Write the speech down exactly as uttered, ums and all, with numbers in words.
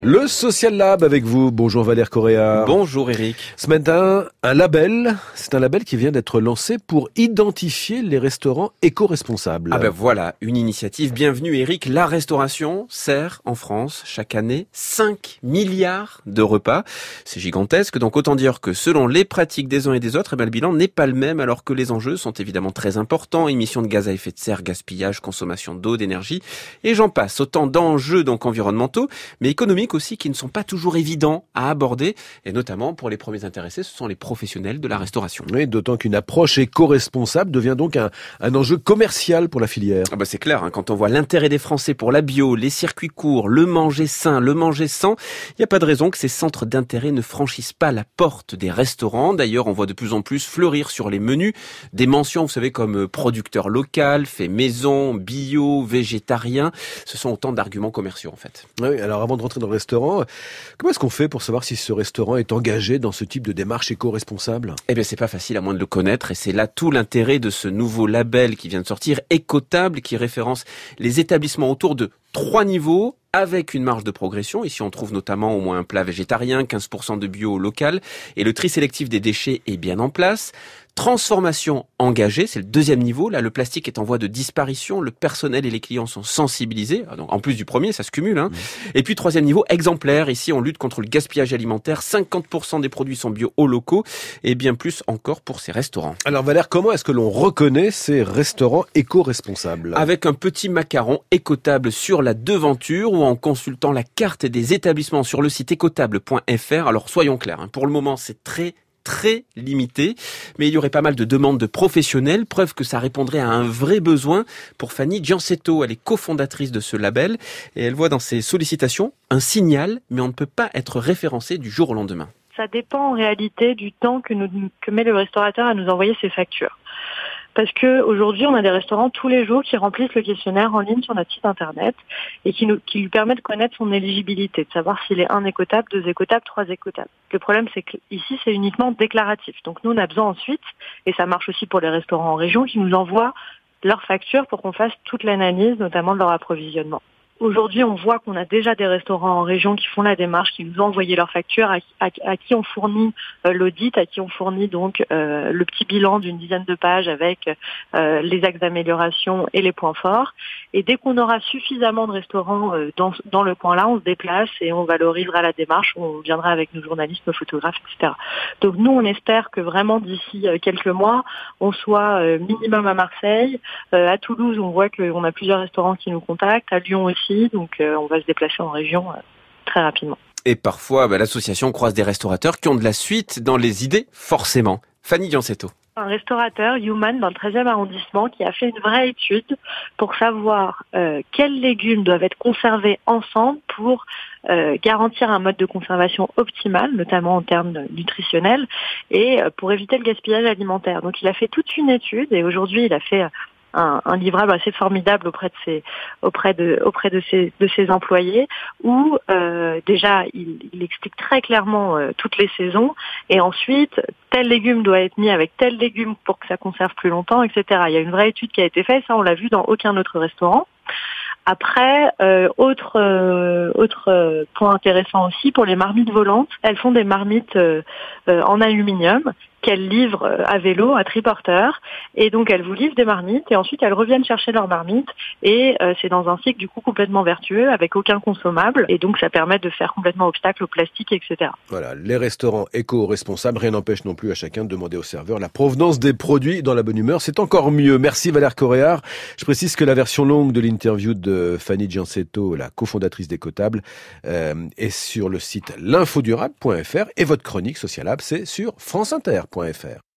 Le Social Lab avec vous. Bonjour Valère Correa. Bonjour Eric. Ce matin, un label. C'est un label qui vient d'être lancé pour identifier les restaurants éco-responsables. Ah ben voilà, une initiative bienvenue Eric. La restauration sert en France chaque année cinq milliards de repas. C'est gigantesque, donc autant dire que selon les pratiques des uns et des autres, eh ben, le bilan n'est pas le même alors que les enjeux sont évidemment très importants. Émissions de gaz à effet de serre, gaspillage, consommation d'eau, d'énergie et j'en passe. Autant d'enjeux donc environnementaux, mais économiques aussi qui ne sont pas toujours évidents à aborder et notamment pour les premiers intéressés, ce sont les professionnels de la restauration. Oui, d'autant qu'une approche éco-responsable devient donc un, un enjeu commercial pour la filière. Ah bah c'est clair, hein, quand on voit l'intérêt des Français pour la bio, les circuits courts, le manger sain, le manger sans, il n'y a pas de raison que ces centres d'intérêt ne franchissent pas la porte des restaurants. D'ailleurs, on voit de plus en plus fleurir sur les menus des mentions, vous savez, comme producteur local, fait maison, bio, végétarien. Ce sont autant d'arguments commerciaux en fait. Oui, alors avant de rentrer dans le restaurant, comment est-ce qu'on fait pour savoir si ce restaurant est engagé dans ce type de démarche éco-responsable ? Eh bien, c'est pas facile à moins de le connaître et c'est là tout l'intérêt de ce nouveau label qui vient de sortir, Écotable, qui référence les établissements autour de trois niveaux avec une marge de progression. Ici, on trouve notamment au moins un plat végétarien, quinze pour cent de bio local et le tri sélectif des déchets est bien en place. Transformation engagée, c'est le deuxième niveau. Là, le plastique est en voie de disparition. Le personnel et les clients sont sensibilisés. Donc, en plus du premier, ça se cumule. Hein. Mmh. Et puis, troisième niveau, exemplaire. Ici, on lutte contre le gaspillage alimentaire. cinquante pour cent des produits sont bio ou locaux et bien plus encore pour ces restaurants. Alors Valère, comment est-ce que l'on reconnaît ces restaurants éco-responsables ? Avec un petit macaron Écotable sur la devanture ou en consultant la carte des établissements sur le site écotable point f r. Alors, soyons clairs, hein, pour le moment, c'est très très limité, mais il y aurait pas mal de demandes de professionnels, preuve que ça répondrait à un vrai besoin pour Fanny Giancetto. Elle est cofondatrice de ce label et elle voit dans ses sollicitations un signal, mais on ne peut pas être référencé du jour au lendemain. Ça dépend en réalité du temps que, nous, que met le restaurateur à nous envoyer ses factures. Parce que aujourd'hui, on a des restaurants tous les jours qui remplissent le questionnaire en ligne sur notre site internet et qui, nous, qui lui permettent de connaître son éligibilité, de savoir s'il est un écotable, deux écotables, trois écotables. Le problème, c'est qu'ici, c'est uniquement déclaratif. Donc nous, on a besoin ensuite, et ça marche aussi pour les restaurants en région, qui nous envoient leurs factures pour qu'on fasse toute l'analyse, notamment de leur approvisionnement. Aujourd'hui, on voit qu'on a déjà des restaurants en région qui font la démarche, qui nous ont envoyé leurs factures, à, à, à qui on fournit euh, l'audit, à qui on fournit donc euh, le petit bilan d'une dizaine de pages avec euh, les axes d'amélioration et les points forts. Et dès qu'on aura suffisamment de restaurants euh, dans, dans le coin-là, on se déplace et on valorisera la démarche, on viendra avec nos journalistes, nos photographes, et cetera. Donc nous, on espère que vraiment d'ici euh, quelques mois, on soit euh, minimum à Marseille. Euh, à Toulouse, on voit qu'on a plusieurs restaurants qui nous contactent, à Lyon aussi. Donc euh, on va se déplacer en région euh, très rapidement. Et parfois, bah, l'association croise des restaurateurs qui ont de la suite dans les idées, forcément. Fanny Giancetto. Un restaurateur, Human, dans le treizième arrondissement, qui a fait une vraie étude pour savoir euh, quels légumes doivent être conservés ensemble pour euh, garantir un mode de conservation optimal, notamment en termes nutritionnels, et euh, pour éviter le gaspillage alimentaire. Donc il a fait toute une étude et aujourd'hui il a fait... Un, un livrable assez formidable auprès de ses auprès de auprès de ses de ses employés où euh, déjà il, il explique très clairement euh, toutes les saisons et ensuite tel légume doit être mis avec tel légume pour que ça conserve plus longtemps, et cetera. Il y a une vraie étude qui a été faite, ça on l'a vu dans aucun autre restaurant. Après, euh, autre euh, autre euh, point intéressant aussi pour les marmites volantes, elles font des marmites euh, euh, en aluminium qu'elles livrent à vélo, à triporteur, et donc elles vous livrent des marmites, et ensuite elles reviennent chercher leurs marmites, et euh, c'est dans un cycle du coup complètement vertueux, avec aucun consommable, et donc ça permet de faire complètement obstacle au plastique, et cetera. Voilà, les restaurants éco-responsables, rien n'empêche non plus à chacun de demander au serveur la provenance des produits dans la bonne humeur, c'est encore mieux. Merci Valère Correa. Je précise que la version longue de l'interview de Fanny Giancetto, la cofondatrice d'Écotable, euh, est sur le site l'infodurable point f r, et votre chronique Social Lab, c'est sur France Inter point f r.